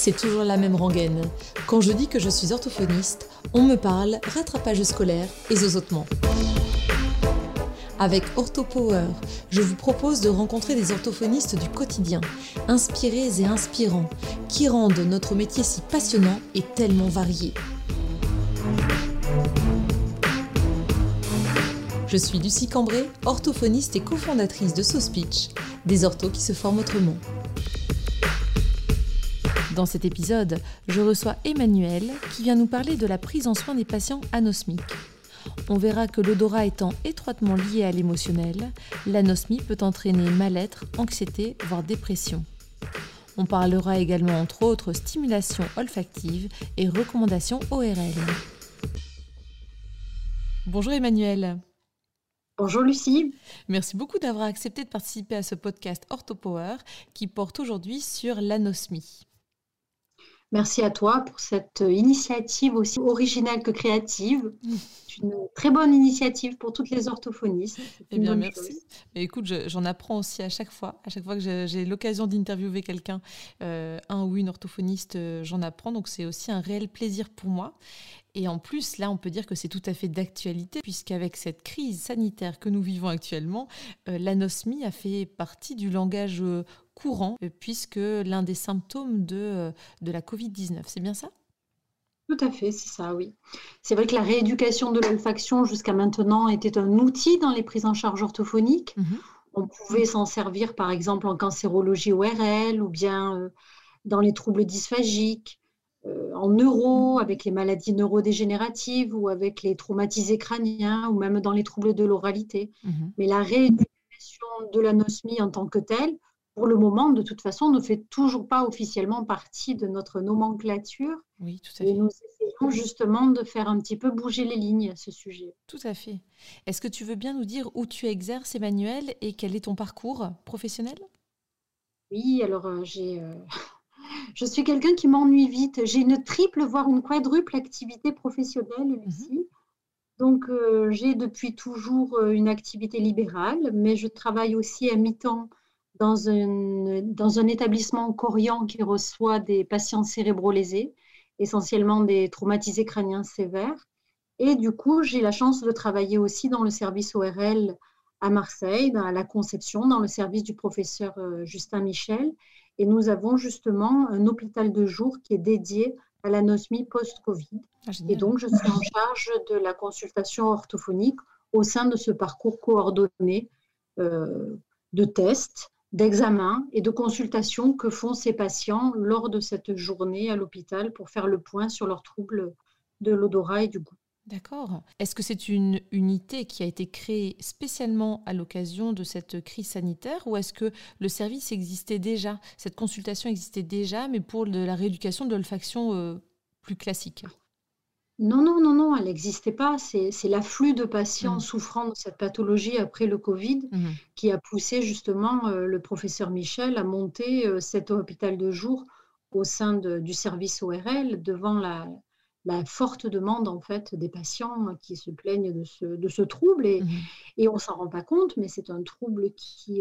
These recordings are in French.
c'est toujours la même rengaine. Quand je dis que je suis orthophoniste, on me parle rattrapage scolaire et zozotement. Avec OrthoPower, je vous propose de rencontrer des orthophonistes du quotidien, inspirés et inspirants, qui rendent notre métier si passionnant et tellement varié. Je suis Lucie Cambray, orthophoniste et cofondatrice de SoSpeech, des orthos qui se forment autrement. Dans cet épisode, je reçois Emmanuel qui vient nous parler de la prise en soin des patients anosmiques. On verra que l'odorat étant étroitement lié à l'émotionnel, l'anosmie peut entraîner mal-être, anxiété, voire dépression. On parlera également entre autres stimulation olfactive et recommandations ORL. Bonjour Emmanuel. Bonjour Lucie. Merci beaucoup d'avoir accepté de participer à ce podcast OrthoPower qui porte aujourd'hui sur l'anosmie. Merci à toi pour cette initiative aussi originale que créative. C'est une très bonne initiative pour toutes les orthophonistes. Eh bien, merci. Mais écoute, j'en apprends aussi à chaque fois. À chaque fois que j'ai l'occasion d'interviewer quelqu'un, un ou une orthophoniste, j'en apprends. Donc, c'est aussi un réel plaisir pour moi. Et en plus, là, on peut dire que c'est tout à fait d'actualité, puisqu'avec cette crise sanitaire que nous vivons actuellement, l'anosmie a fait partie du langage courant, puisque l'un des symptômes de la Covid-19. C'est bien ça ? Tout à fait, c'est ça, oui. C'est vrai que la rééducation de l'olfaction jusqu'à maintenant était un outil dans les prises en charge orthophoniques. On pouvait s'en servir, par exemple, en cancérologie ORL ou bien dans les troubles dysphagiques, en neuro, avec les maladies neurodégénératives ou avec les traumatisés crâniens ou même dans les troubles de l'oralité. Mais la rééducation de l'anosmie en tant que telle, pour le moment, de toute façon, ne fait toujours pas officiellement partie de notre nomenclature. Oui, tout à fait. Et nous essayons justement de faire un petit peu bouger les lignes à ce sujet. Tout à fait. Est-ce que tu veux bien nous dire où tu exerces, Emmanuel, et quel est ton parcours professionnel ? Oui, alors je suis quelqu'un qui m'ennuie vite. J'ai une triple, voire une quadruple activité professionnelle, Lucie. Donc, j'ai depuis toujours une activité libérale, mais je travaille aussi à mi-temps dans un établissement Corian qui reçoit des patients cérébro-lésés, essentiellement des traumatisés crâniens sévères. Et du coup, j'ai la chance de travailler aussi dans le service ORL à Marseille, à la Conception, dans le service du professeur Justin Michel. Et nous avons justement un hôpital de jour qui est dédié à l'anosmie post-Covid. Et donc, je suis en charge de la consultation orthophonique au sein de ce parcours coordonné de tests, d'examens et de consultations que font ces patients lors de cette journée à l'hôpital pour faire le point sur leurs troubles de l'odorat et du goût. D'accord. Est-ce que c'est une unité qui a été créée spécialement à l'occasion de cette crise sanitaire ou est-ce que le service existait déjà, cette consultation existait déjà, mais pour de la rééducation de l'olfaction plus classique ? Non, elle n'existait pas. C'est l'afflux de patients souffrant de cette pathologie après le Covid qui a poussé justement le professeur Michel à monter cet hôpital de jour au sein du service ORL devant la forte demande en fait des patients qui se plaignent de ce trouble et on s'en rend pas compte, mais c'est un trouble qui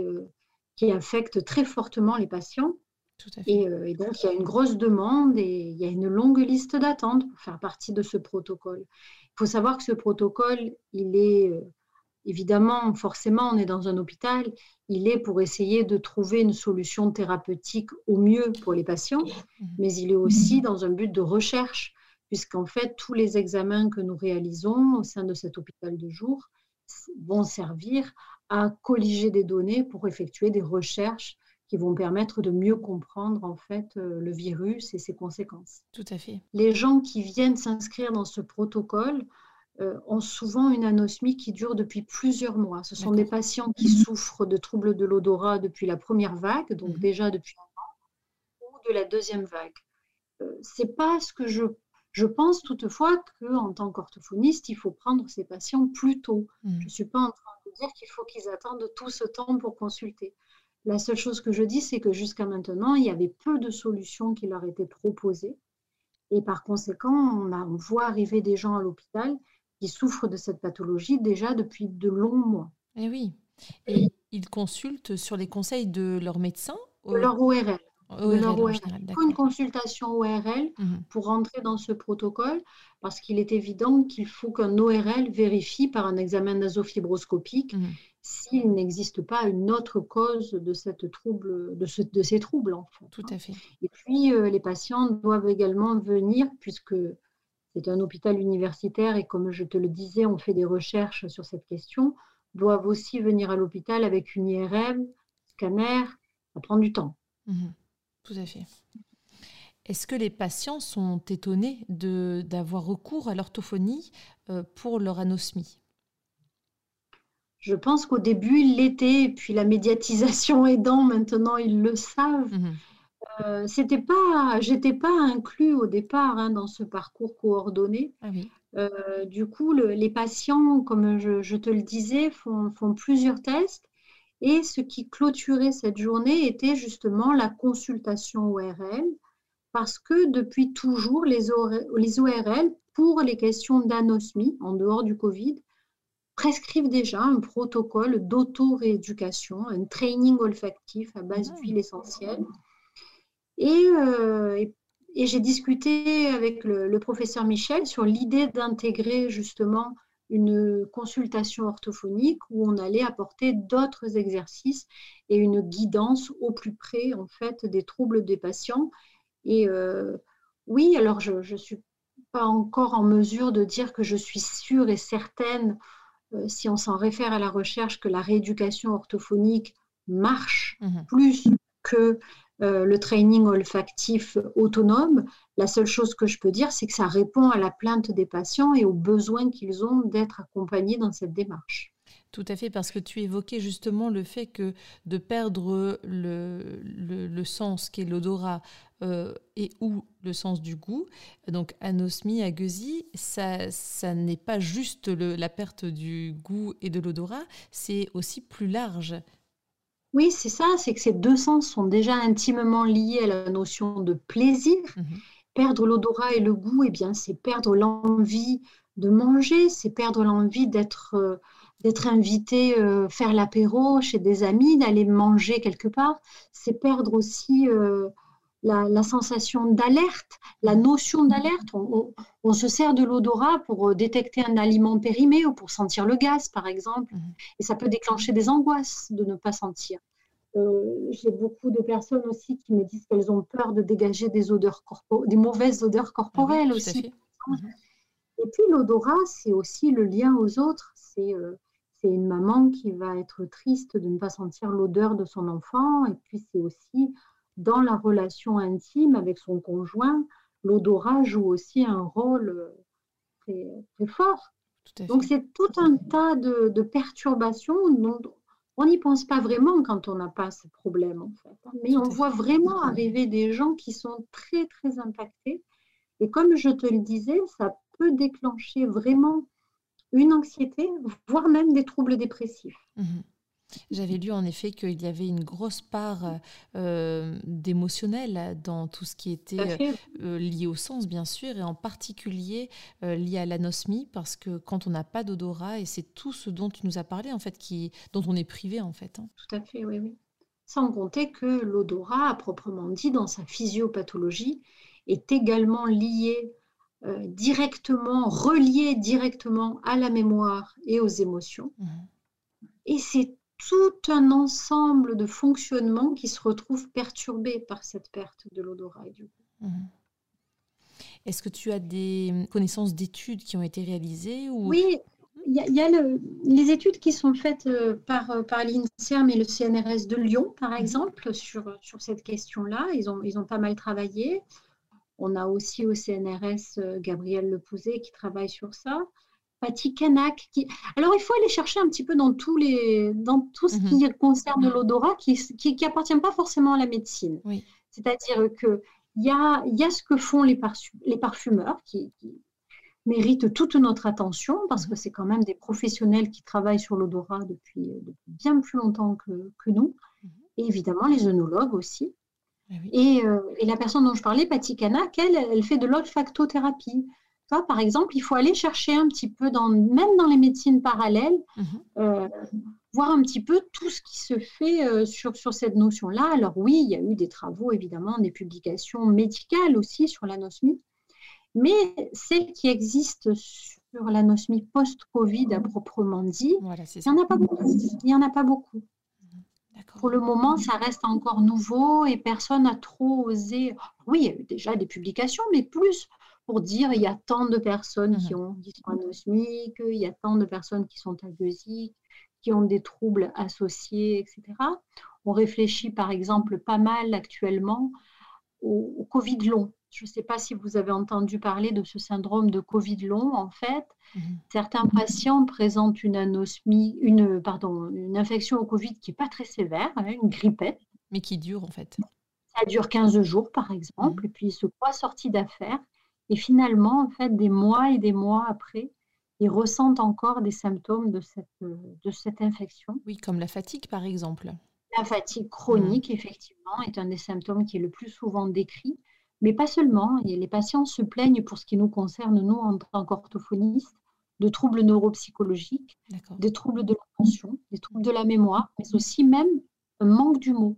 affecte très fortement les patients. Tout à fait. Et donc, il y a une grosse demande et il y a une longue liste d'attente pour faire partie de ce protocole. Il faut savoir que ce protocole, il est évidemment, forcément, on est dans un hôpital, il est pour essayer de trouver une solution thérapeutique au mieux pour les patients, mais il est aussi dans un but de recherche, puisqu'en fait, tous les examens que nous réalisons au sein de cet hôpital de jour vont servir à colliger des données pour effectuer des recherches qui vont permettre de mieux comprendre en fait le virus et ses conséquences. Tout à fait. Les gens qui viennent s'inscrire dans ce protocole ont souvent une anosmie qui dure depuis plusieurs mois. Ce sont des patients qui souffrent de troubles de l'odorat depuis la première vague, donc déjà depuis un an, ou de la deuxième vague. C'est pas ce que je pense toutefois qu'en tant qu'orthophoniste, il faut prendre ces patients plus tôt. Je ne suis pas en train de dire qu'il faut qu'ils attendent tout ce temps pour consulter. La seule chose que je dis, c'est que jusqu'à maintenant, il y avait peu de solutions qui leur étaient proposées. Et par conséquent, on voit arriver des gens à l'hôpital qui souffrent de cette pathologie déjà depuis de longs mois. Et oui. Et ils consultent sur les conseils de leur médecin De leur ORL. de leur ORL en ORL. général, Il faut une d'accord. consultation ORL Mhm. pour rentrer dans ce protocole, parce qu'il est évident qu'il faut qu'un ORL vérifie par un examen nasofibroscopique Mhm. s'il n'existe pas une autre cause de de ces troubles, en fait, Tout hein. à fait. Et puis, les patients doivent également venir, puisque c'est un hôpital universitaire et comme je te le disais, on fait des recherches sur cette question, doivent aussi venir à l'hôpital avec une IRM, scanner, ça prend du temps. Mhm. Tout à fait. Est-ce que les patients sont étonnés d'avoir recours à l'orthophonie pour leur anosmie? Je pense qu'au début, ils l'étaient, et puis la médiatisation aidant, maintenant ils le savent. Mhm. J'étais pas inclus au départ, hein, dans ce parcours coordonné. Ah oui. Du coup, les patients, comme je te le disais, font plusieurs tests. Et ce qui clôturait cette journée était justement la consultation ORL, parce que depuis toujours, les ORL, pour les questions d'anosmie, en dehors du Covid, prescrivent déjà un protocole d'auto-rééducation, un training olfactif à base Ah. d'huile essentielle. Et j'ai discuté avec le professeur Michel sur l'idée d'intégrer justement une consultation orthophonique où on allait apporter d'autres exercices et une guidance au plus près en fait des troubles des patients. Et oui, alors je ne suis pas encore en mesure de dire que je suis sûre et certaine, si on s'en réfère à la recherche, que la rééducation orthophonique marche Mhm. plus que le training olfactif autonome. La seule chose que je peux dire, c'est que ça répond à la plainte des patients et aux besoins qu'ils ont d'être accompagnés dans cette démarche. Tout à fait, parce que tu évoquais justement le fait que de perdre le sens qui est l'odorat et ou le sens du goût, donc anosmie, agueusie, ça n'est pas juste la perte du goût et de l'odorat, c'est aussi plus large. Oui, c'est ça, c'est que ces deux sens sont déjà intimement liés à la notion de plaisir. Mhm. Perdre l'odorat et le goût, eh bien, c'est perdre l'envie de manger, c'est perdre l'envie d'être invité faire l'apéro chez des amis, d'aller manger quelque part. C'est perdre aussi la sensation d'alerte, la notion d'alerte. On se sert de l'odorat pour détecter un aliment périmé ou pour sentir le gaz, par exemple. Mhm. Et ça peut déclencher des angoisses de ne pas sentir. J'ai beaucoup de personnes aussi qui me disent qu'elles ont peur de dégager des mauvaises odeurs Ah oui, corporelles tout à aussi. fait. Mhm. Et puis l'odorat, c'est aussi le lien aux autres. C'est une maman qui va être triste de ne pas sentir l'odeur de son enfant. Et puis c'est aussi dans la relation intime avec son conjoint, l'odorat joue aussi un rôle très, très fort. Tout à Donc fait. c'est tout un tas de perturbations dont on n'y pense pas vraiment quand on n'a pas ce problème en fait. Mais Tout on à voit fait. vraiment arriver des gens qui sont très très impactés. Et comme je te le disais, ça peut déclencher vraiment une anxiété, voire même des troubles dépressifs. Mhm. J'avais lu en effet qu'il y avait une grosse part d'émotionnel dans tout ce qui Tout à était fait. lié au sens, bien sûr, et en particulier lié à l'anosmie, parce que quand on n'a pas d'odorat, et c'est tout ce dont tu nous as parlé, en fait, dont on est privé, en fait. Hein. Tout à fait, oui, oui. Sans compter que l'odorat, à proprement dit, dans sa physiopathologie, est également lié relié directement à la mémoire et aux émotions. Mhm. Et c'est tout un ensemble de fonctionnements qui se retrouvent perturbés par cette perte de l'odorat et du goût. Mhm. Est-ce que tu as des connaissances d'études qui ont été réalisées ou... Oui, il y a les études qui sont faites par l'INSERM et le CNRS de Lyon, par exemple, sur cette question-là. Ils ont pas mal travaillé. On a aussi au CNRS Gabriel Lepouzet qui travaille sur ça. Patty Canac. Alors, il faut aller chercher un petit peu dans tout ce qui concerne l'odorat, qui appartient pas forcément à la médecine. Oui. C'est-à-dire qu'il y a ce que font les parfumeurs qui méritent toute notre attention parce que c'est quand même des professionnels qui travaillent sur l'odorat depuis bien plus longtemps que nous. Et évidemment, les œnologues aussi. Oui. Et la personne dont je parlais, Patty Canac, elle fait de l'olfactothérapie. Par exemple, il faut aller chercher un petit peu, même dans les médecines parallèles, voir un petit peu tout ce qui se fait sur cette notion-là. Alors oui, il y a eu des travaux, évidemment, des publications médicales aussi sur l'anosmie, mais celles qui existent sur l'anosmie post-Covid à proprement dit, Voilà, c'est il n'y ça. en a pas beaucoup. Il y en a pas beaucoup. D'accord. Pour le moment, ça reste encore nouveau et personne n'a trop osé. Oui, il y a eu déjà des publications, mais plus pour dire il y a tant de personnes qui sont anosmiques, il y a tant de personnes qui sont agueusiques, qui ont des troubles associés, etc. On réfléchit par exemple pas mal actuellement au Covid long. Je ne sais pas si vous avez entendu parler de ce syndrome de Covid long. En fait, certains patients présentent une anosmie, une infection au Covid qui n'est pas très sévère, une grippette. Mais qui dure en fait. Ça dure 15 jours par exemple, et puis ils se croient sortis d'affaires. Et finalement, en fait, des mois et des mois après, ils ressentent encore des symptômes de cette infection. Oui, comme la fatigue par exemple. La fatigue chronique, effectivement, est un des symptômes qui est le plus souvent décrit, mais pas seulement. Et les patients se plaignent, pour ce qui nous concerne, nous, en tant qu'orthophonistes, de troubles neuropsychologiques, des troubles de l'attention, des troubles de la mémoire, mais aussi même un manque du mot.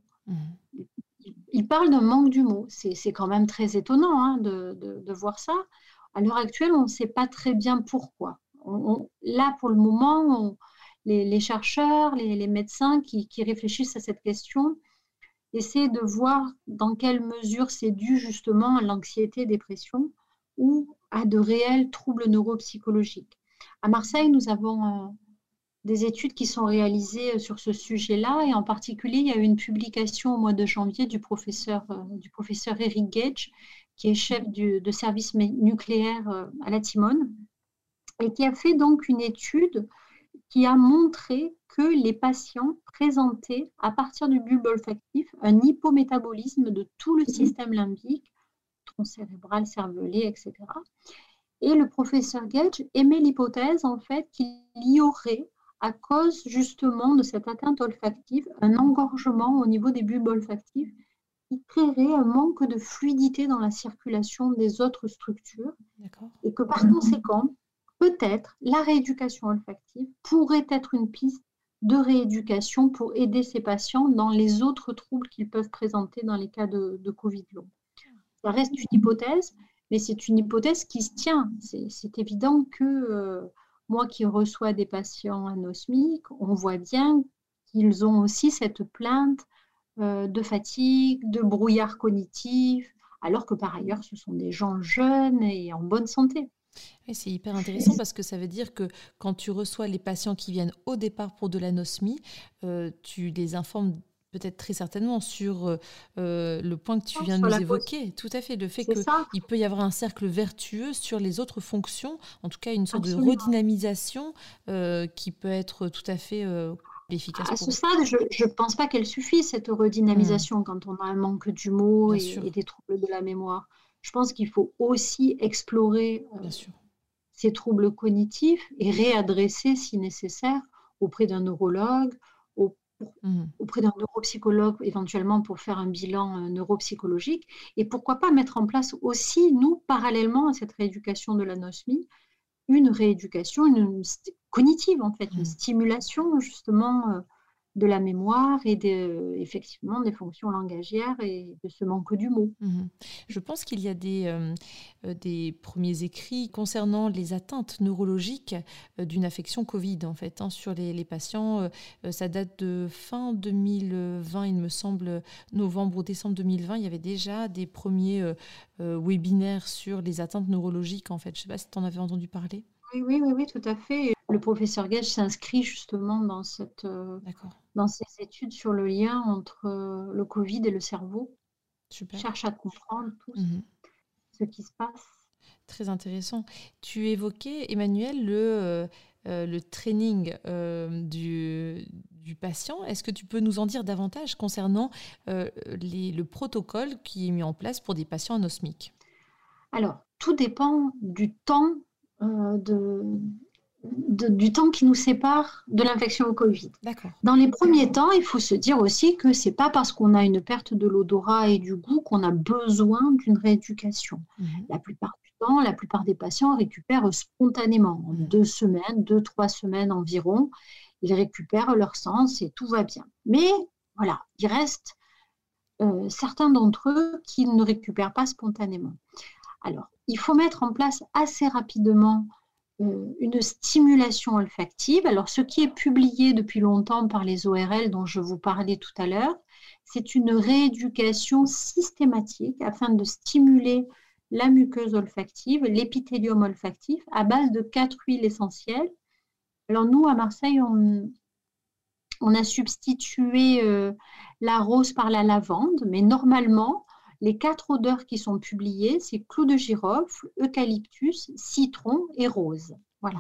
Ils parlent d'un manque du mot. C'est quand même très étonnant de voir ça. À l'heure actuelle, on ne sait pas très bien pourquoi. Là, pour le moment, les chercheurs, les médecins qui réfléchissent à cette question essaient de voir dans quelle mesure c'est dû justement à l'anxiété, dépression ou à de réels troubles neuropsychologiques. À Marseille, nous avons des études qui sont réalisées sur ce sujet-là, et en particulier, il y a eu une publication au mois de janvier du professeur Eric Gage, qui est chef de service nucléaire à la Timone, et qui a fait donc une étude qui a montré que les patients présentaient, à partir du bulbe olfactif, un hypométabolisme de tout le système limbique, tronc cérébral, cervelet, etc. Et le professeur Gage émet l'hypothèse, en fait, qu'il y aurait, à cause justement de cette atteinte olfactive, un engorgement au niveau des bulbes olfactifs qui créerait un manque de fluidité dans la circulation des autres structures. Et que par conséquent, peut-être la rééducation olfactive pourrait être une piste de rééducation pour aider ces patients dans les autres troubles qu'ils peuvent présenter dans les cas de Covid long. Ça reste une hypothèse, mais c'est une hypothèse qui se tient. C'est évident que moi qui reçois des patients anosmiques, on voit bien qu'ils ont aussi cette plainte de fatigue, de brouillard cognitif, alors que par ailleurs, ce sont des gens jeunes et en bonne santé. Oui, c'est hyper intéressant parce que ça veut dire que quand tu reçois les patients qui viennent au départ pour de l'anosmie, tu les informes peut-être très certainement sur le point que tu viens de nous évoquer. Tout à fait, le fait qu'il peut y avoir un cercle vertueux sur les autres fonctions, en tout cas une sorte de redynamisation qui peut être tout à fait efficace. À ce stade, je ne pense pas qu'elle suffit, cette redynamisation, quand on a un manque du mot et des troubles de la mémoire. Je pense qu'il faut aussi explorer ces troubles cognitifs et réadresser, si nécessaire, auprès d'un neurologue, auprès d'un neuropsychologue, éventuellement pour faire un bilan neuropsychologique. Et pourquoi pas mettre en place aussi, nous, parallèlement à cette rééducation de l'anosmie, une rééducation cognitive, en fait, une stimulation, justement, de la mémoire et effectivement des fonctions langagières et de ce manque du mot. Je pense qu'il y a des premiers écrits concernant les atteintes neurologiques d'une affection Covid, en fait, sur les patients. Ça date de fin 2020, il me semble, novembre ou décembre 2020. Il y avait déjà des premiers webinaires sur les atteintes neurologiques, en fait. Je ne sais pas si tu en avais entendu parler. Oui, tout à fait. Le professeur Gage s'inscrit justement dans ces études sur le lien entre le Covid et le cerveau. Super. Il cherche à comprendre tout ce qui se passe. Très intéressant. Tu évoquais, Emmanuel, le training du patient. Est-ce que tu peux nous en dire davantage concernant le protocole qui est mis en place pour des patients anosmiques ? Alors, tout dépend du temps du temps qui nous sépare de l'infection au Covid. Dans les premiers temps, il faut se dire aussi que ce n'est pas parce qu'on a une perte de l'odorat et du goût qu'on a besoin d'une rééducation. La plupart du temps, la plupart des patients récupèrent spontanément en 2 semaines, 2-3 semaines environ. ils récupèrent leur sens et tout va bien. Mais voilà, il reste certains d'entre eux qui ne récupèrent pas spontanément. Alors, il faut mettre en place assez rapidement une stimulation olfactive. Alors, ce qui est publié depuis longtemps par les ORL dont je vous parlais tout à l'heure, c'est une rééducation systématique afin de stimuler la muqueuse olfactive, l'épithélium olfactif, à base de 4 huiles essentielles. Alors, nous, à Marseille, on a substitué la rose par la lavande, mais normalement, les 4 odeurs qui sont publiées, c'est clou de girofle, eucalyptus, citron et rose. Voilà.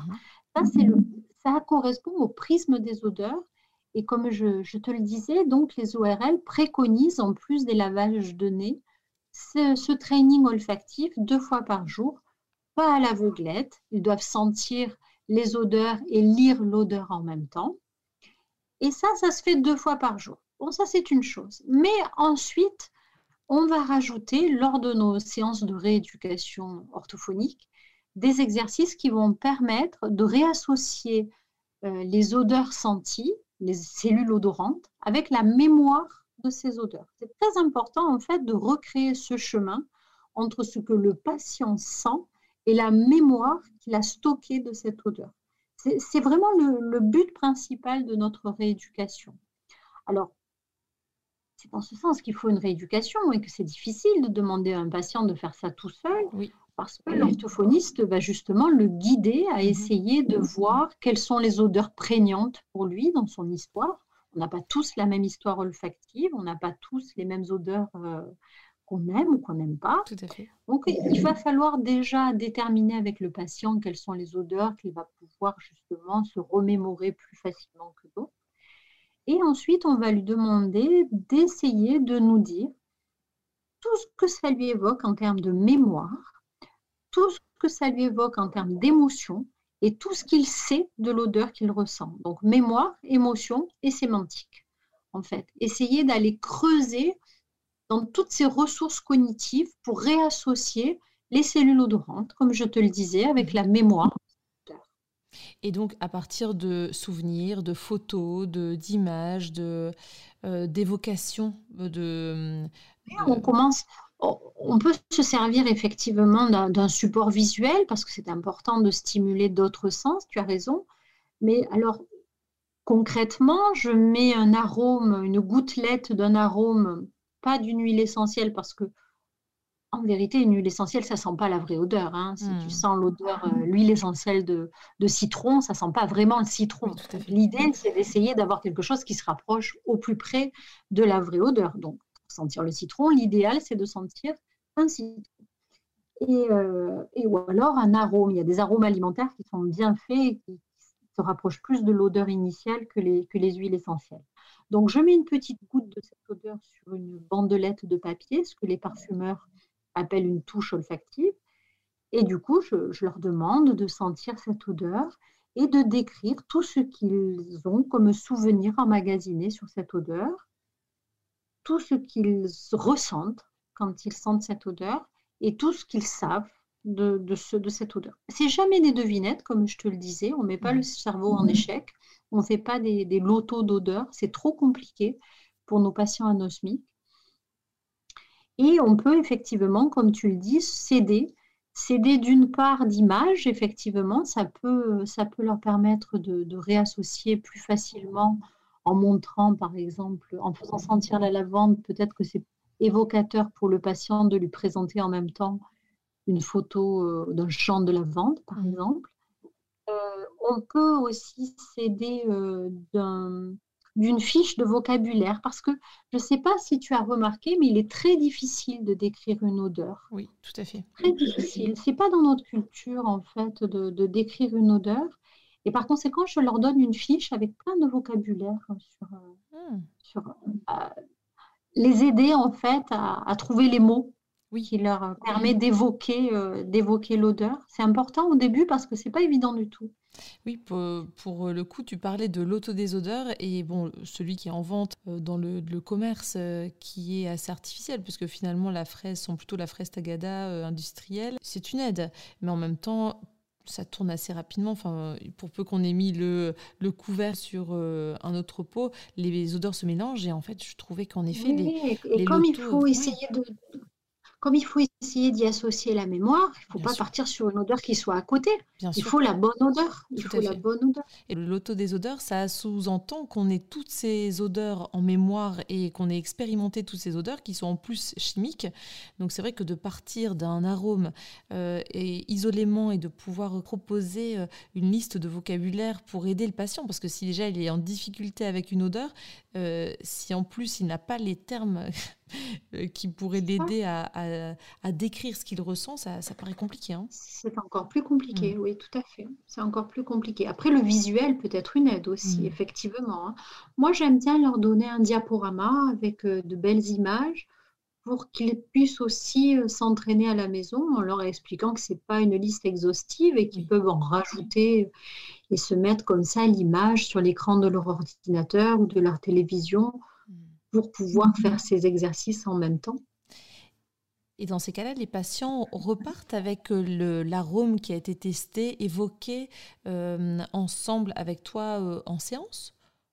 Ça correspond au prisme des odeurs. Et comme je te le disais, donc les ORL préconisent, en plus des lavages de nez, ce training olfactif 2 fois par jour, pas à l'aveuglette. Ils doivent sentir les odeurs et lire l'odeur en même temps. Et ça se fait 2 fois par jour. Bon, ça, c'est une chose. Mais ensuite, on va rajouter, lors de nos séances de rééducation orthophonique, des exercices qui vont permettre de réassocier les odeurs senties, les cellules odorantes, avec la mémoire de ces odeurs. C'est très important, en fait, de recréer ce chemin entre ce que le patient sent et la mémoire qu'il a stockée de cette odeur. C'est vraiment le but principal de notre rééducation. Alors, c'est dans ce sens qu'il faut une rééducation et que c'est difficile de demander à un patient de faire ça tout seul, parce que l'orthophoniste va justement le guider à essayer de voir quelles sont les odeurs prégnantes pour lui dans son histoire. On n'a pas tous la même histoire olfactive, on n'a pas tous les mêmes odeurs qu'on aime ou qu'on n'aime pas. Tout à fait. Donc, il va falloir déjà déterminer avec le patient quelles sont les odeurs qu'il va pouvoir justement se remémorer plus facilement que d'autres. Et ensuite, on va lui demander d'essayer de nous dire tout ce que ça lui évoque en termes de mémoire, tout ce que ça lui évoque en termes d'émotion et tout ce qu'il sait de l'odeur qu'il ressent. Donc, mémoire, émotion et sémantique, en fait. Essayer d'aller creuser dans toutes ces ressources cognitives pour réassocier les cellules odorantes, comme je te le disais, avec la mémoire. Et donc, à partir de souvenirs, de photos, d'images, d'évocations, on peut se servir effectivement d'un support visuel parce que c'est important de stimuler d'autres sens, tu as raison. Mais alors, concrètement, je mets un arôme, une gouttelette d'un arôme, pas d'une huile essentielle parce que en vérité, une huile essentielle, ça ne sent pas la vraie odeur. Hein. Si tu sens l'odeur, l'huile essentielle de citron, ça ne sent pas vraiment le citron. Oui, l'idée, c'est d'essayer d'avoir quelque chose qui se rapproche au plus près de la vraie odeur. Donc, pour sentir le citron, l'idéal, c'est de sentir un citron. Ou alors un arôme. Il y a des arômes alimentaires qui sont bien faits et qui se rapprochent plus de l'odeur initiale que les huiles essentielles. Donc, je mets une petite goutte de cette odeur sur une bandelette de papier, ce que les parfumeurs appellent une touche olfactive. Et du coup, je leur demande de sentir cette odeur et de décrire tout ce qu'ils ont comme souvenir emmagasiné sur cette odeur, tout ce qu'ils ressentent quand ils sentent cette odeur et tout ce qu'ils savent de cette odeur. C'est jamais des devinettes, comme je te le disais, on ne met pas le cerveau en échec, on ne fait pas des lotos d'odeurs, c'est trop compliqué pour nos patients anosmiques. Et on peut effectivement, comme tu le dis, s'aider d'une part d'images, effectivement, ça peut leur permettre de réassocier plus facilement en montrant, par exemple, en faisant sentir la lavande, peut-être que c'est évocateur pour le patient de lui présenter en même temps une photo d'un champ de lavande, par exemple. On peut aussi s'aider d'une fiche de vocabulaire, parce que je ne sais pas si tu as remarqué, mais il est très difficile de décrire une odeur. Oui, tout à fait. Très difficile. Ce n'est pas dans notre culture, en fait, de décrire une odeur. Et par conséquent, je leur donne une fiche avec plein de vocabulaire sur les aider, en fait, à trouver les mots qui leur permet d'évoquer l'odeur. C'est important au début parce que ce n'est pas évident du tout. Oui, pour le coup, tu parlais de l'autodésodeur et bon, celui qui est en vente dans le commerce qui est assez artificiel puisque finalement la fraise sont plutôt la fraise tagada industrielle. C'est une aide, mais en même temps, ça tourne assez rapidement. Enfin, pour peu qu'on ait mis le couvert sur un autre pot, les odeurs se mélangent. Et en fait, je trouvais qu'en effet, Oui, et les comme il lotos, faut ouais, essayer comme il faut essayer d'y associer la mémoire, il ne faut bien pas sûr, partir sur une odeur qui soit à côté. bien Il sûr, faut la bonne odeur. Il tout à faut la fait. bonne odeur. Et le loto des odeurs, ça sous-entend qu'on ait toutes ces odeurs en mémoire et qu'on ait expérimenté toutes ces odeurs qui sont en plus chimiques. Donc c'est vrai que de partir d'un arôme et isolément et de pouvoir proposer une liste de vocabulaire pour aider le patient, parce que si déjà il est en difficulté avec une odeur, si en plus il n'a pas les termes qui pourraient l'aider à décrire ce qu'il ressent, ça paraît compliqué. Hein. C'est encore plus compliqué, Mm. oui, tout à fait. C'est encore plus compliqué. Après, le visuel peut être une aide aussi, Mm. effectivement, hein. Moi, j'aime bien leur donner un diaporama avec de belles images pour qu'ils puissent aussi s'entraîner à la maison en leur expliquant que c'est pas une liste exhaustive et qu'ils Oui. peuvent en rajouter et se mettre comme ça l'image sur l'écran de leur ordinateur ou de leur télévision Mm. pour pouvoir faire ces exercices en même temps. Et dans ces cas-là, les patients repartent avec l'arôme qui a été testé, évoqué ensemble avec toi en séance?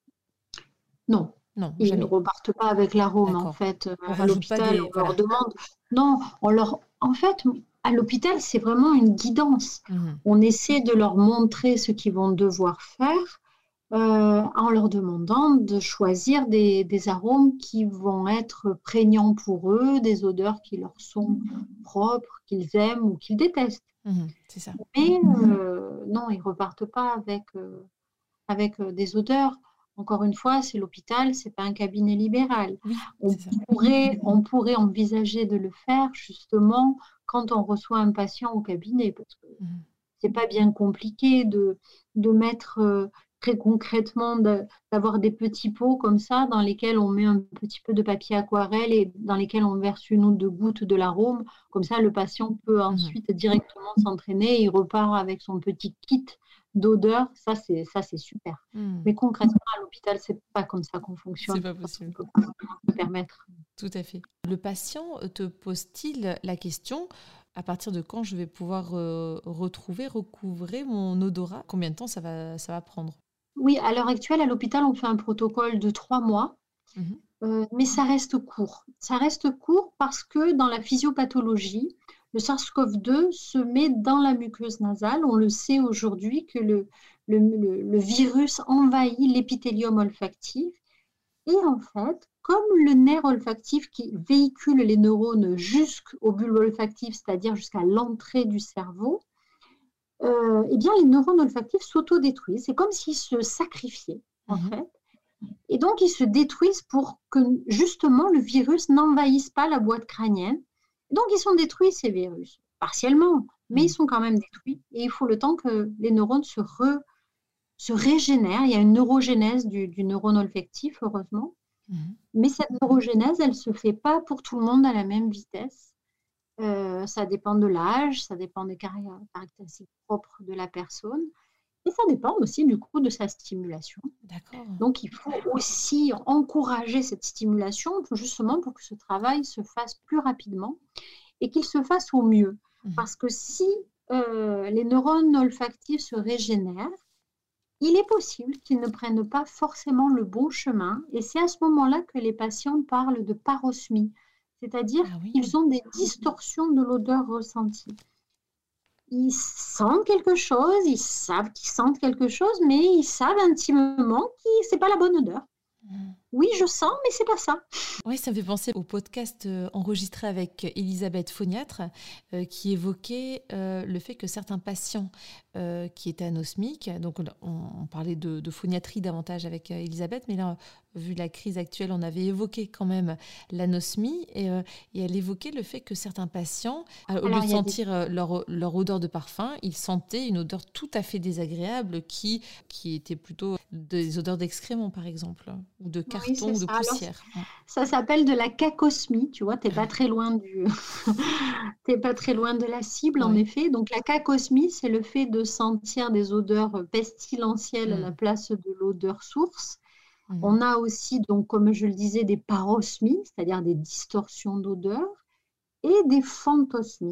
Non, Non, ils ne jamais. repartent pas avec l'arôme. En D'accord. fait, On à rajoute pas l'hôpital, des... on leur Voilà. demande. Non, en fait, à l'hôpital, c'est vraiment une guidance. Mhm. On essaie de leur montrer ce qu'ils vont devoir faire en leur demandant de choisir des arômes qui vont être prégnants pour eux, des odeurs qui leur sont propres, qu'ils aiment ou qu'ils détestent. Mhm. C'est ça. Mais non, ils repartent pas avec des odeurs. Encore une fois, c'est l'hôpital, c'est pas un cabinet libéral. Oui, On c'est ça. pourrait envisager de le faire justement quand on reçoit un patient au cabinet, parce que Mhm. c'est pas bien compliqué de mettre très concrètement, d'avoir des petits pots comme ça dans lesquels on met un petit peu de papier aquarelle et dans lesquels on verse une ou deux gouttes de l'arôme. Comme ça, le patient peut Mhm. ensuite directement s'entraîner et il repart avec son petit kit d'odeur. Ça, c'est super. Mhm. Mais concrètement, à l'hôpital, c'est pas comme ça qu'on C'est fonctionne pas parce qu'on possible. peut pas se permettre. Tout à fait. Le patient te pose-t-il la question à partir de quand je vais pouvoir recouvrer mon odorat? Combien de temps ça va prendre? Oui, à l'heure actuelle, à l'hôpital, on fait un protocole de 3 mois. Mhm. Mais ça reste court. Ça reste court parce que dans la physiopathologie, le SARS-CoV-2 se met dans la muqueuse nasale. On le sait aujourd'hui que le virus envahit l'épithélium olfactif. Et en fait, comme le nerf olfactif qui véhicule les neurones jusqu'au bulbe olfactif, c'est-à-dire jusqu'à l'entrée du cerveau, eh bien, les neurones olfactifs s'autodétruisent. C'est comme s'ils se sacrifiaient, en Mhm. fait. Et donc, ils se détruisent pour que justement le virus n'envahisse pas la boîte crânienne. Donc, ils sont détruits, ces virus, partiellement, mais ils Mhm. sont quand même détruits. Et il faut le temps que les neurones se régénèrent. Il y a une neurogénèse du neurone olfactif, heureusement. Mhm. Mais cette neurogénèse, elle ne se fait pas pour tout le monde à la même vitesse. Ça dépend de l'âge, ça dépend des caractéristiques propres de la personne. Et ça dépend aussi du coup de sa stimulation. D'accord. Donc, il faut aussi encourager cette stimulation justement pour que ce travail se fasse plus rapidement et qu'il se fasse au mieux. Mhm. Parce que si les neurones olfactifs se régénèrent, il est possible qu'ils ne prennent pas forcément le bon chemin. Et c'est à ce moment-là que les patients parlent de parosmie, c'est-à-dire Ah oui. qu'ils ont des distorsions de l'odeur ressentie. Ils sentent quelque chose, ils savent qu'ils sentent quelque chose, mais ils savent intimement que ce n'est pas la bonne odeur. Mhm. Oui, je sens, mais c'est pas ça. Oui, ça me fait penser au podcast enregistré avec Elisabeth Phoniatre qui évoquait le fait que certains patients qui étaient anosmiques, donc on parlait de phoniatrie davantage avec Elisabeth, mais là, vu la crise actuelle, on avait évoqué quand même l'anosmie et elle évoquait le fait que certains patients, au lieu Alors, de il y a sentir leur odeur de parfum, ils sentaient une odeur tout à fait désagréable qui était plutôt des odeurs d'excréments, par exemple, ou de Oui, carton c'est ou de ça. Alors, poussière. ça s'appelle de la cacosmie, tu vois, tu n'es Ah pas oui. très loin t'es pas très loin de la cible, en Ouais. effet. Donc, la cacosmie, c'est le fait de sentir des odeurs pestilentielles à la Mm. place de l'odeur source. Mm. On a aussi, donc, comme je le disais, des parosmies, c'est-à-dire des distorsions d'odeur, et des phantosmies.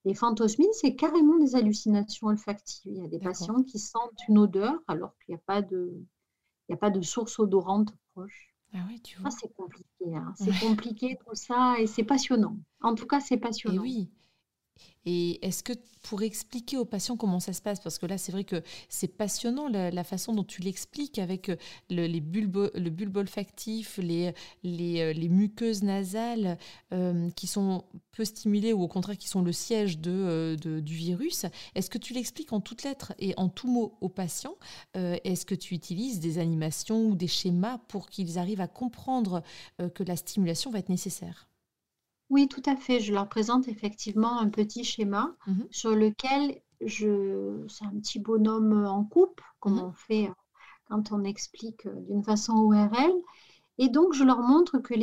Les phantosmies, c'est carrément des hallucinations olfactives. Il y a des D'accord. patients qui sentent une odeur alors qu'il n'y a pas de source odorante proche. Ah ouais, tu Ah, vois? c'est compliqué, hein. C'est Ouais. compliqué tout ça et c'est passionnant. En tout cas, c'est Et passionnant. oui. Et est-ce que pour expliquer aux patients comment ça se passe, parce que là c'est vrai que c'est passionnant la façon dont tu l'expliques avec le bulbe olfactif, les muqueuses nasales qui sont peu stimulées ou au contraire qui sont le siège du virus. Est-ce que tu l'expliques en toutes lettres et en tout mot aux patients? Est-ce que tu utilises des animations ou des schémas pour qu'ils arrivent à comprendre que la stimulation va être nécessaire? Oui, tout à fait. Je leur présente effectivement un petit schéma Mhm, sur lequel c'est un petit bonhomme en coupe, comme mhm, on fait quand on explique d'une façon ORL. Et donc, je leur montre que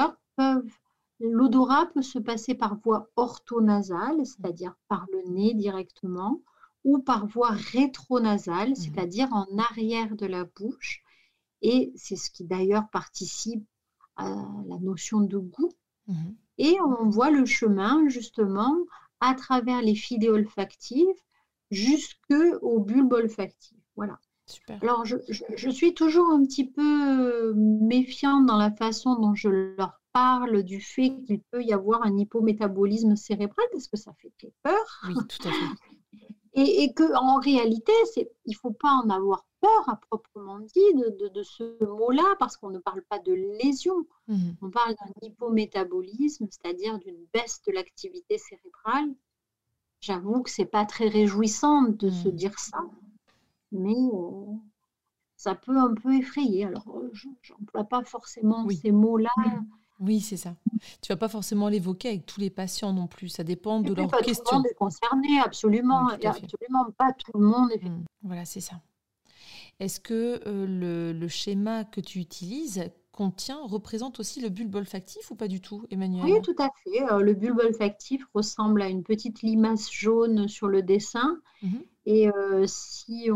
l'odorat peut se passer par voie orthonasale, c'est-à-dire par le nez directement, ou par voie rétronasale, mhm, c'est-à-dire en arrière de la bouche. Et c'est ce qui d'ailleurs participe à la notion de goût. mhm. Et on voit le chemin justement à travers les filets olfactifs jusqu'au bulbe olfactif. Voilà. Super. Alors, je suis toujours un petit peu méfiante dans la façon dont je leur parle du fait qu'il peut y avoir un hypométabolisme cérébral parce que ça fait très peur. Oui, tout à fait. Et qu'en réalité, il ne faut pas en avoir peur à proprement dit de ce mot-là parce qu'on ne parle pas de lésion. Mhm. On parle d'un hypométabolisme, c'est-à-dire d'une baisse de l'activité cérébrale. J'avoue que ce n'est pas très réjouissant de se Mhm. dire ça, mais ça peut un peu effrayer. Alors, je n'emploie pas forcément Oui, ces mots-là. oui, c'est ça. Tu vas pas forcément l'évoquer avec tous les patients non plus. Ça dépend Et de puis, leurs pas tout le questions. monde est concerné, Oui, absolument. tout Et à fait. absolument pas tout le monde. Voilà, c'est ça. Est-ce que le schéma que tu utilises représente aussi le bulbe olfactif ou pas du tout, Oui, Emmanuel? tout à fait. Le bulbe olfactif ressemble à une petite limace jaune sur le dessin. Mhm. Et si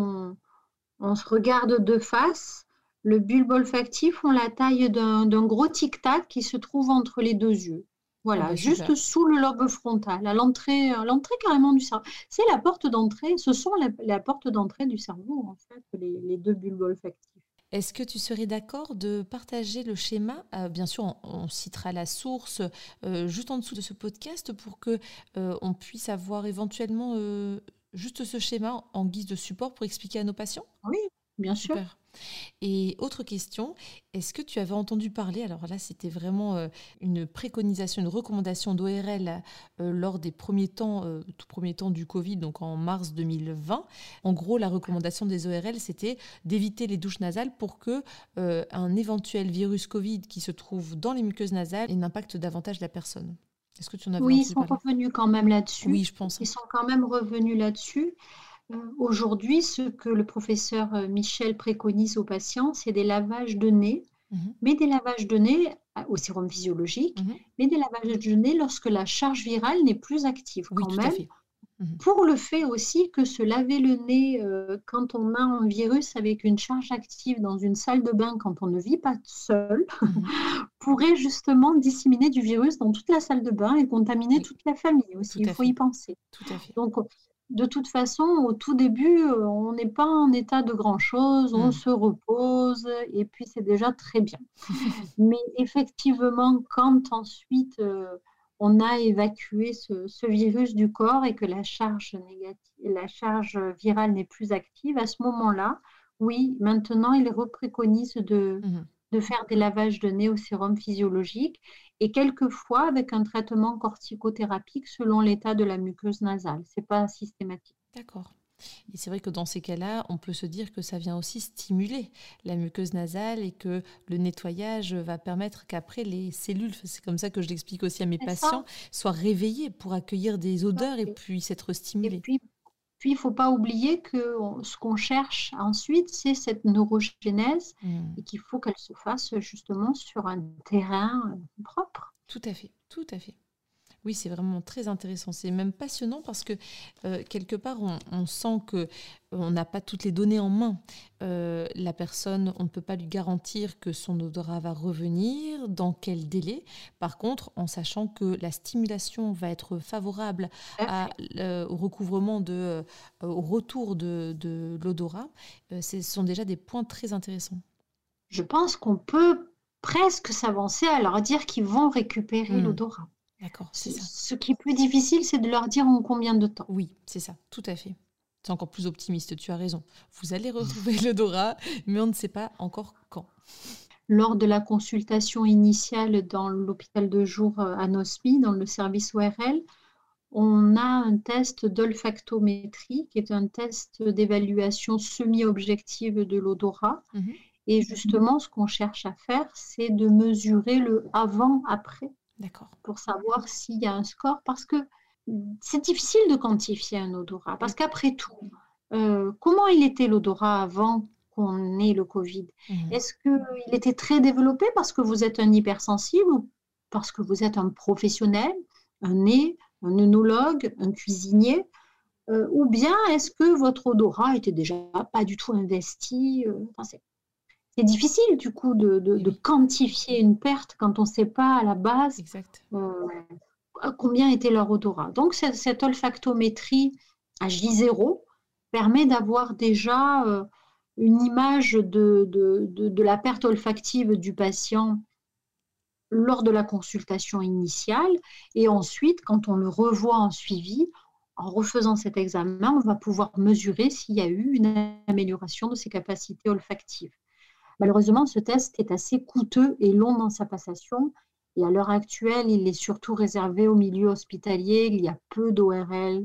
on se regarde de face, le bulbe olfactif a la taille d'un gros tic-tac qui se trouve entre les deux yeux. Ah Voilà, bah juste super. sous le lobe frontal, à l'entrée carrément du cerveau. C'est la porte d'entrée, ce sont la porte d'entrée du cerveau, en fait, les deux bulbes olfactifs. Est-ce que tu serais d'accord de partager le schéma? Bien sûr, on citera la source juste en dessous de ce podcast pour que on puisse avoir éventuellement juste ce schéma en guise de support pour expliquer à nos patients? Oui, bien sûr. Super. Et autre question, est-ce que tu avais entendu parler, alors là c'était vraiment une préconisation, une recommandation d'ORL lors des tout premiers temps du Covid, donc en mars 2020. En gros, la recommandation des ORL, c'était d'éviter les douches nasales pour que un éventuel virus Covid qui se trouve dans les muqueuses nasales n'impacte davantage la personne. Est-ce que tu en avais Oui, ils entendu sont parler? revenus quand même Oui, là-dessus. je pense, Ils hein. sont quand même revenus là-dessus. Aujourd'hui, ce que le professeur Michel préconise aux patients, c'est des lavages de nez, Mhm, mais des lavages de nez au sérum physiologique, mhm. mais des lavages de nez lorsque la charge virale n'est plus active Oui, quand tout à même, fait. Mhm. pour le fait aussi que se laver le nez quand on a un virus avec une charge active dans une salle de bain quand on ne vit pas seul, Mhm. pourrait justement disséminer du virus dans toute la salle de bain et contaminer Oui, toute la famille aussi, tout il à faut y fait. penser. Tout à fait. Donc, de toute façon, au tout début, on n'est pas en état de grand-chose, on Mm. se repose et puis c'est déjà très bien. Mais effectivement, quand ensuite on a évacué ce virus du corps et que la charge virale n'est plus active, à ce moment-là, oui, maintenant, il repréconise Mhm. de faire des lavages de nez au sérum physiologique et quelquefois avec un traitement corticothérapique selon l'état de la muqueuse nasale. Ce n'est pas systématique. D'accord. Et c'est vrai que dans ces cas-là, on peut se dire que ça vient aussi stimuler la muqueuse nasale et que le nettoyage va permettre qu'après les cellules, c'est comme ça que je l'explique aussi à mes C'est ça, patients, soient réveillées pour accueillir des tout à odeurs et fait. puissent être Et stimulées. puis, il ne faut pas oublier que ce qu'on cherche ensuite, c'est cette neurogénèse Mm. et qu'il faut qu'elle se fasse justement sur un terrain propre. Tout à fait, tout à fait. Oui, c'est vraiment très intéressant. C'est même passionnant parce que quelque part, on sent que on n'a pas toutes les données en main. La personne, on ne peut pas lui garantir que son odorat va revenir, dans quel délai. Par contre, en sachant que la stimulation va être favorable Tout à fait. au recouvrement au retour de l'odorat, ce sont déjà des points très intéressants. Je pense qu'on peut presque s'avancer à leur dire qu'ils vont récupérer Hmm, l'odorat. d'accord, c'est ça. Ce qui est plus difficile, c'est de leur dire en combien de temps. Oui, c'est ça, tout à fait. C'est encore plus optimiste, tu as raison. Vous allez retrouver l'odorat, mais on ne sait pas encore quand. Lors de la consultation initiale dans l'hôpital de jour Anosmi, dans le service ORL, on a un test d'olfactométrie, qui est un test d'évaluation semi-objective de l'odorat. Mhm. Et justement, ce qu'on cherche à faire, c'est de mesurer le avant-après D'accord. pour savoir s'il y a un score, parce que c'est difficile de quantifier un odorat, parce qu'après tout, comment il était l'odorat avant qu'on ait le Covid? Mhm. Est-ce qu'il était très développé parce que vous êtes un hypersensible ou parce que vous êtes un professionnel, un nez, un œnologue, un cuisinier, ou bien est-ce que votre odorat était déjà pas du tout investi? Enfin, c'est difficile du coup Eh de oui, quantifier une perte quand on ne sait pas à la base exact. combien était leur odorat. Donc cette olfactométrie à J0 permet d'avoir déjà une image de la perte olfactive du patient lors de la consultation initiale, et ensuite, quand on le revoit en suivi, en refaisant cet examen, on va pouvoir mesurer s'il y a eu une amélioration de ses capacités olfactives. Malheureusement, ce test est assez coûteux et long dans sa passation, et à l'heure actuelle, il est surtout réservé au milieu hospitalier. Il y a peu d'ORL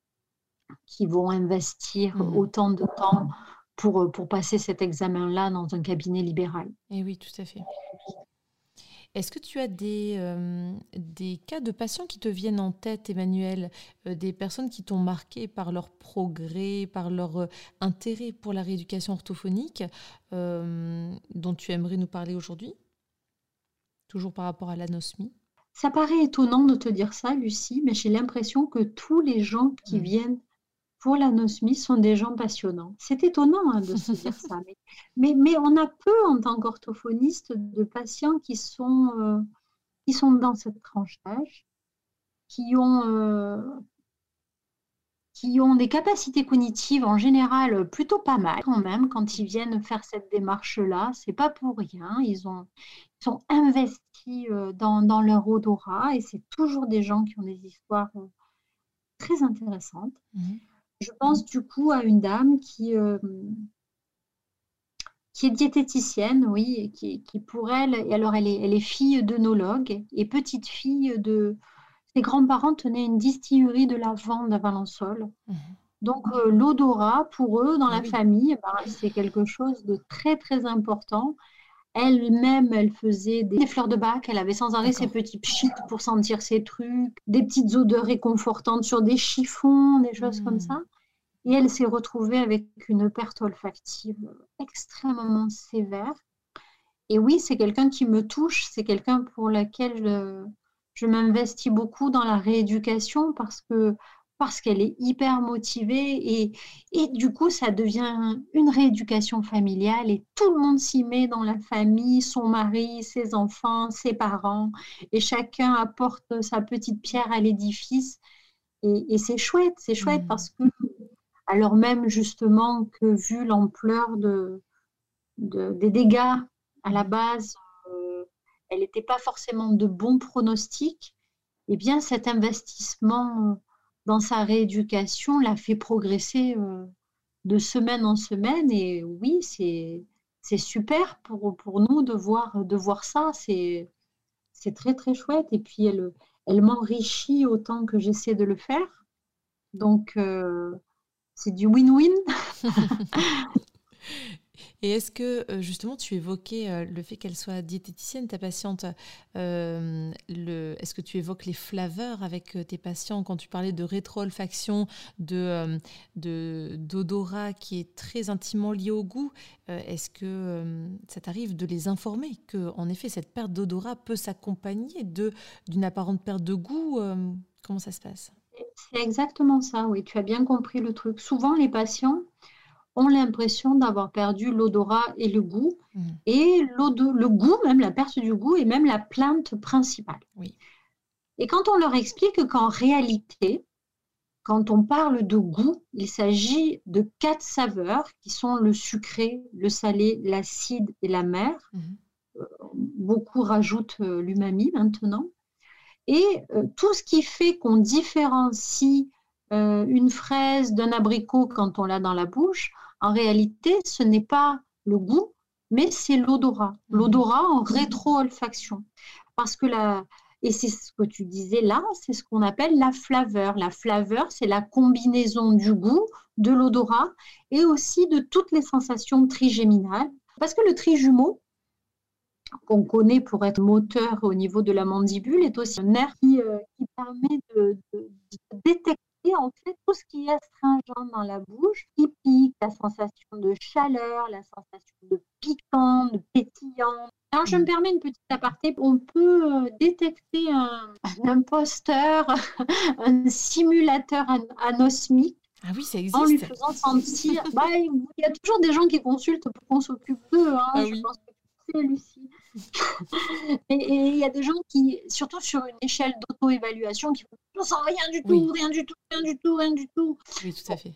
qui vont investir Mhm. autant de temps pour passer cet examen-là dans un cabinet libéral. Eh oui, tout à fait. Est-ce que tu as des cas de patients qui te viennent en tête, Emmanuel, des personnes qui t'ont marqué par leur progrès, par leur intérêt pour la rééducation orthophonique, dont tu aimerais nous parler aujourd'hui, toujours par rapport à l'anosmie? Ça paraît étonnant de te dire ça, Lucie, mais j'ai l'impression que tous les gens qui Mm. viennent pour l'anosmie sont des gens passionnants. C'est étonnant de se dire ça, mais on a peu en tant qu'orthophoniste de patients qui sont dans cette tranche d'âge, qui ont des capacités cognitives en général plutôt pas mal quand même quand ils viennent faire cette démarche-là. C'est pas pour rien. Ils sont investis dans leur odorat, et c'est toujours des gens qui ont des histoires très intéressantes. Mhm. Je pense du coup à une dame qui est diététicienne, oui, et qui pour elle, et alors elle est fille d'œnologue et petite fille de... Ses grands-parents tenaient une distillerie de lavande à Valençol. Mhm. Donc l'odorat, pour eux, dans Eh la oui, famille, c'est quelque chose de très, très important. Elle-même, elle faisait des fleurs de bac, elle avait sans arrêt ses d'accord. petits pchits pour sentir ses trucs, des petites odeurs réconfortantes sur des chiffons, des choses comme Mm. ça. Et elle s'est retrouvée avec une perte olfactive extrêmement sévère. Et oui, c'est quelqu'un qui me touche, c'est quelqu'un pour laquelle je m'investis beaucoup dans la rééducation parce qu'elle est hyper motivée, et du coup, ça devient une rééducation familiale et tout le monde s'y met dans la famille, son mari, ses enfants, ses parents, et chacun apporte sa petite pierre à l'édifice. Et c'est chouette Mm. parce que, alors même justement que vu l'ampleur des dégâts à la Mhm. base, euh, elle n'était pas forcément de bons pronostics, et bien cet investissement dans sa rééducation l'a fait progresser de semaine en semaine. Et oui, c'est super pour nous de voir ça. C'est très, très chouette. Et puis, elle m'enrichit autant que j'essaie de le faire. Donc, c'est du win-win. Et est-ce que, justement, tu évoquais le fait qu'elle soit diététicienne, ta patiente, est-ce que tu évoques les flaveurs avec tes patients quand tu parlais de rétro-olfaction, d'odorat qui est très intimement lié au goût? Est-ce que ça t'arrive de les informer qu'en effet, cette perte d'odorat peut s'accompagner d'une apparente perte de goût? Comment ça se passe? C'est exactement ça, oui, tu as bien compris le truc. Souvent, les patients ont l'impression d'avoir perdu l'odorat et le goût, Mhm. et le goût, même la perte du goût, est même la plainte principale. Oui. Et quand on leur explique qu'en réalité, quand on parle de goût, il s'agit de 4 saveurs qui sont le sucré, le salé, l'acide et l'amer. Mhm. Beaucoup rajoutent l'umami maintenant. Et tout ce qui fait qu'on différencie une fraise d'un abricot quand on l'a dans la bouche, en réalité, ce n'est pas le goût, mais c'est l'odorat. L'odorat en rétro-olfaction. Parce que et c'est ce que tu disais là, c'est ce qu'on appelle la flaveur. La flaveur, c'est la combinaison du goût, de l'odorat et aussi de toutes les sensations trigéminales. Parce que le trijumeau, qu'on connaît pour être moteur au niveau de la mandibule, est aussi un nerf qui permet de détecter en fait tout ce qui est astringent dans la bouche, qui pique, la sensation de chaleur, la sensation de piquant, de pétillant. Alors, je me permets une petite aparté. On peut détecter un imposteur, un simulateur anosmique Ah oui, ça en lui existe. faisant sentir. Il y a toujours des gens qui consultent pour qu'on s'occupe d'eux. Ah Je oui. pense que tu sais, Lucie. Et il y a des gens qui, surtout sur une échelle d'auto-évaluation, qui font « on sent rien du tout, Oui. rien du tout, rien du tout, rien du tout ». Oui, tout à fait.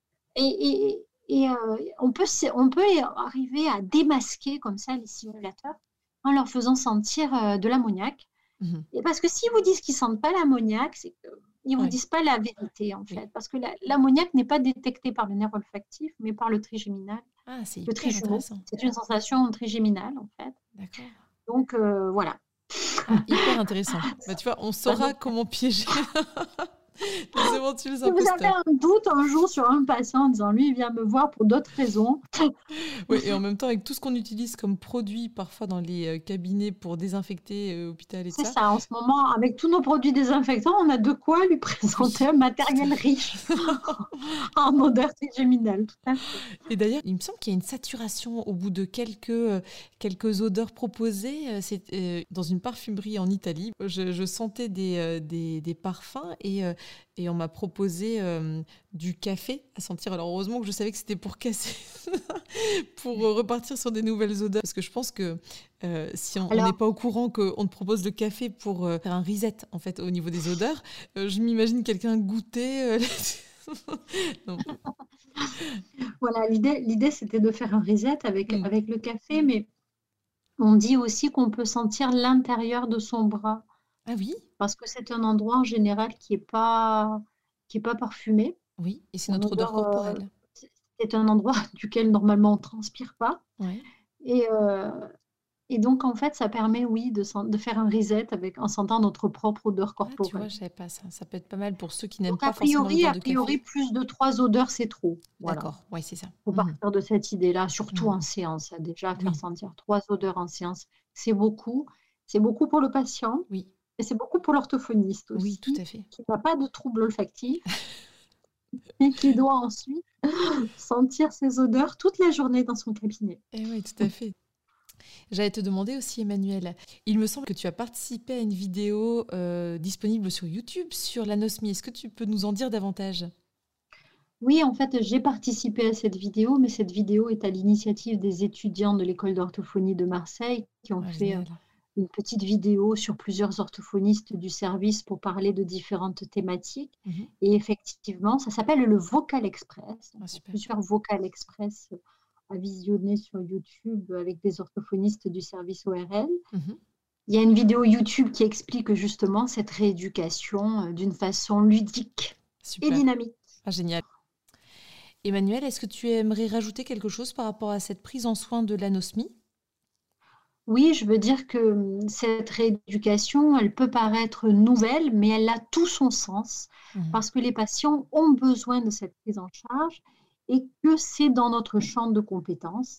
Et on peut arriver à démasquer comme ça les simulateurs en leur faisant sentir de l'ammoniac. Mhm. Et parce que s'ils vous disent qu'ils ne sentent pas l'ammoniac, c'est qu'ils ne vous Ouais. disent pas la vérité, en fait. Oui. Parce que l'ammoniac n'est pas détecté par le nerf olfactif, mais par le trigéminal. Ah, c'est Le hyper trijumeau, intéressant. c'est une sensation trigéminale, en fait. D'accord. Donc, voilà. Ah, hyper intéressant. Bah, tu vois, on saura comment piéger les éventuels Si vous avez imposteurs. un doute un jour sur un patient en disant lui, il vient me voir pour d'autres raisons. Oui, et en même temps, avec tout ce qu'on utilise comme produit parfois dans les cabinets pour désinfecter hôpital et C'est ça. ça, en ce moment, avec tous nos produits désinfectants, on a de quoi lui présenter un matériel riche en odeur trigéminale. Tout à fait. Et d'ailleurs, il me semble qu'il y a une saturation au bout de quelques odeurs proposées. C'est dans une parfumerie en Italie. Je sentais des parfums et on m'a proposé du café à sentir. Alors heureusement que je savais que c'était pour casser, pour repartir sur des nouvelles odeurs. Parce que je pense que si on n'est pas au courant qu'on te propose le café pour faire un reset en fait, au niveau des odeurs, je m'imagine quelqu'un goûter... Non. Voilà, l'idée, c'était de faire un reset avec le café, mais on dit aussi qu'on peut sentir l'intérieur de son bras. Ah oui? Parce que c'est un endroit en général qui est pas parfumé. Oui, et c'est notre odeur corporelle. C'est un endroit duquel normalement on ne transpire pas. Ouais. Et donc, en fait, ça permet, oui, de faire un reset en sentant notre propre odeur Ah, tu vois, corporelle. je ne savais pas ça. Ça peut être pas mal pour ceux qui n'aiment Donc, pas forcément l'odeur de café. plus de 3 odeurs, c'est trop. Voilà. D'accord, oui, c'est ça. Il faut partir de cette idée-là, surtout Mhm. en séance. Déjà, faire Oui. sentir 3 odeurs en séance, c'est beaucoup. C'est beaucoup pour le patient Oui, et c'est beaucoup pour l'orthophoniste aussi, oui, tout à fait. qui n'a pas de trouble olfactif et qui doit ensuite sentir ces odeurs toute la journée dans son cabinet. Eh oui, tout à fait. J'allais te demander aussi, Emmanuel, il me semble que tu as participé à une vidéo disponible sur YouTube sur l'anosmie. Est-ce que tu peux nous en dire davantage ? Oui, en fait, j'ai participé à cette vidéo, mais cette vidéo est à l'initiative des étudiants de l'école d'orthophonie de Marseille qui ont fait génial. une petite vidéo sur plusieurs orthophonistes du service pour parler de différentes thématiques. Mhm. Et effectivement, ça s'appelle le Vocal Express. Ah, super. Plusieurs Vocal Express à visionner sur YouTube avec des orthophonistes du service ORL. Mhm. Il y a une vidéo YouTube qui explique justement cette rééducation d'une façon ludique Super. et dynamique. Ah, génial. Emmanuel, est-ce que tu aimerais rajouter quelque chose par rapport à cette prise en soin de l'anosmie ? Oui, je veux dire que cette rééducation, elle peut paraître nouvelle, mais elle a tout son sens parce que les patients ont besoin de cette prise en charge et que c'est dans notre champ de compétences.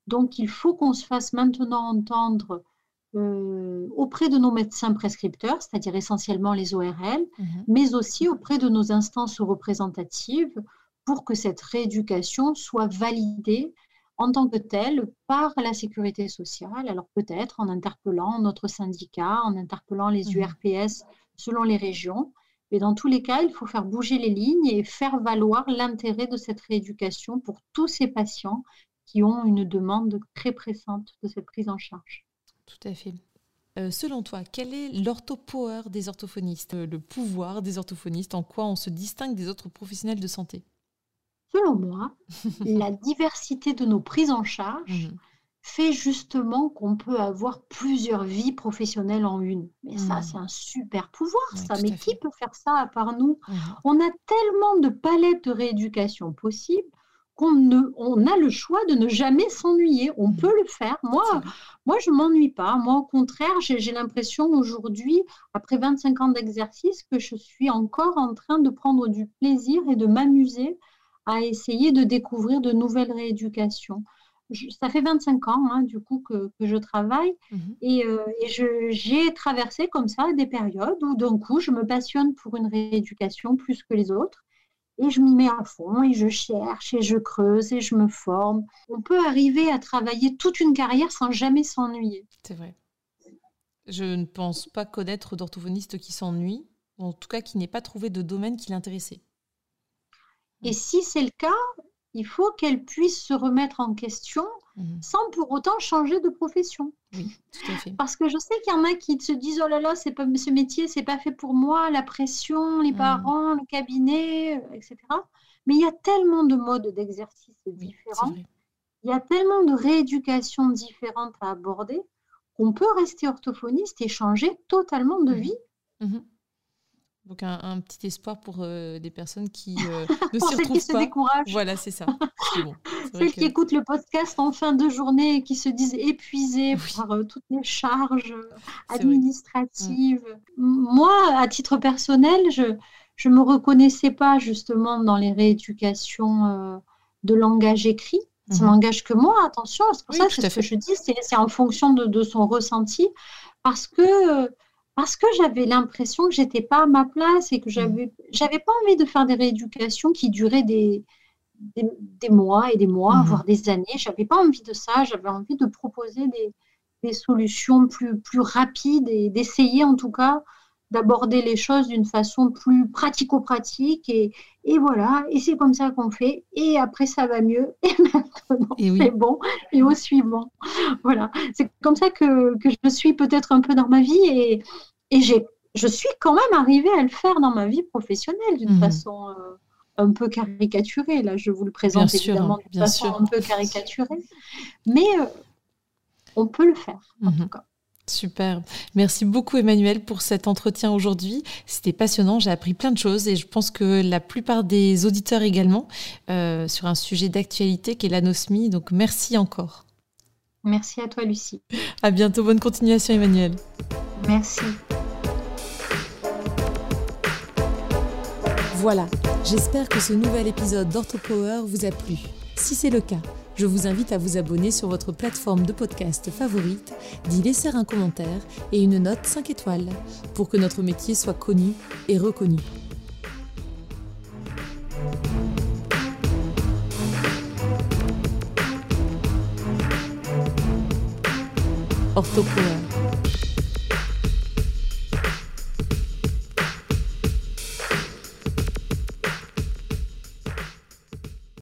Donc, il faut qu'on se fasse maintenant entendre auprès de nos médecins prescripteurs, c'est-à-dire essentiellement les ORL, mais aussi auprès de nos instances représentatives pour que cette rééducation soit validée en tant que telle par la sécurité sociale. Alors peut-être en interpellant notre syndicat, en interpellant les URPS selon les régions. Mais dans tous les cas, il faut faire bouger les lignes et faire valoir l'intérêt de cette rééducation pour tous ces patients qui ont une demande très pressante de cette prise en charge. Tout à fait. Selon toi, quel est l'orthopower des orthophonistes, le pouvoir des orthophonistes, en quoi on se distingue des autres professionnels de santé? Selon moi, la diversité de nos prises en charge fait justement qu'on peut avoir plusieurs vies professionnelles en une. Mais ça, c'est un super pouvoir, ça. Mais qui peut faire ça à part nous? On a tellement de palettes de rééducation possibles qu'on a le choix de ne jamais s'ennuyer. On peut le faire. Moi, je ne m'ennuie pas. Moi, au contraire, j'ai l'impression aujourd'hui, après 25 ans d'exercice, que je suis encore en train de prendre du plaisir et de m'amuser à essayer de découvrir de nouvelles rééducations. Ça fait 25 ans, du coup, que je travaille et j'ai traversé comme ça des périodes où d'un coup, je me passionne pour une rééducation plus que les autres et je m'y mets à fond et je cherche et je creuse et je me forme. On peut arriver à travailler toute une carrière sans jamais s'ennuyer. C'est vrai. Je ne pense pas connaître d'orthophoniste qui s'ennuie, ou en tout cas qui n'ait pas trouvé de domaine qui l'intéressait. Et si c'est le cas, il faut qu'elle puisse se remettre en question sans pour autant changer de profession. Oui, tout à fait. Parce que je sais qu'il y en a qui se disent « Oh là là, ce métier, c'est pas fait pour moi, la pression, les parents, le cabinet, etc. » Mais il y a tellement de modes d'exercice différents, il y a tellement de rééducations différentes à aborder qu'on peut rester orthophoniste et changer totalement de vie. Donc un petit espoir pour des personnes qui ne pour s'y celles retrouvent qui se pas. Découragent. Voilà, c'est ça. C'est bon. Celles qui écoutent le podcast en fin de journée et qui se disent épuisées par toutes les charges administratives. Moi, à titre personnel, je ne me reconnaissais pas justement dans les rééducations de langage écrit. Ça n'engage que moi, attention. C'est pour ça que c'est ce que je dis, c'est en fonction de son ressenti. Parce que j'avais l'impression que je n'étais pas à ma place et que j'avais pas envie de faire des rééducations qui duraient des mois et des mois, voire des années. Je n'avais pas envie de ça. J'avais envie de proposer des solutions plus rapides et d'essayer en tout cas d'aborder les choses d'une façon plus pratico-pratique. Et voilà, et c'est comme ça qu'on fait. Et après, ça va mieux. Et maintenant, c'est bon. Et au suivant. Voilà, c'est comme ça que je suis peut-être un peu dans ma vie. Et je suis quand même arrivée à le faire dans ma vie professionnelle d'une façon un peu caricaturée. Là, je vous le présente évidemment d'une façon un peu caricaturée. Mais on peut le faire, en tout cas. Super. Merci beaucoup Emmanuelle pour cet entretien aujourd'hui. C'était passionnant, j'ai appris plein de choses et je pense que la plupart des auditeurs également sur un sujet d'actualité qui est l'anosmie. Donc merci encore. Merci à toi Lucie. À bientôt, bonne continuation Emmanuelle. Merci. Voilà, j'espère que ce nouvel épisode d'OrthoPower vous a plu. Si c'est le cas, je vous invite à vous abonner sur votre plateforme de podcast favorite, d'y laisser un commentaire et une note 5 étoiles pour que notre métier soit connu et reconnu. OrthoPower.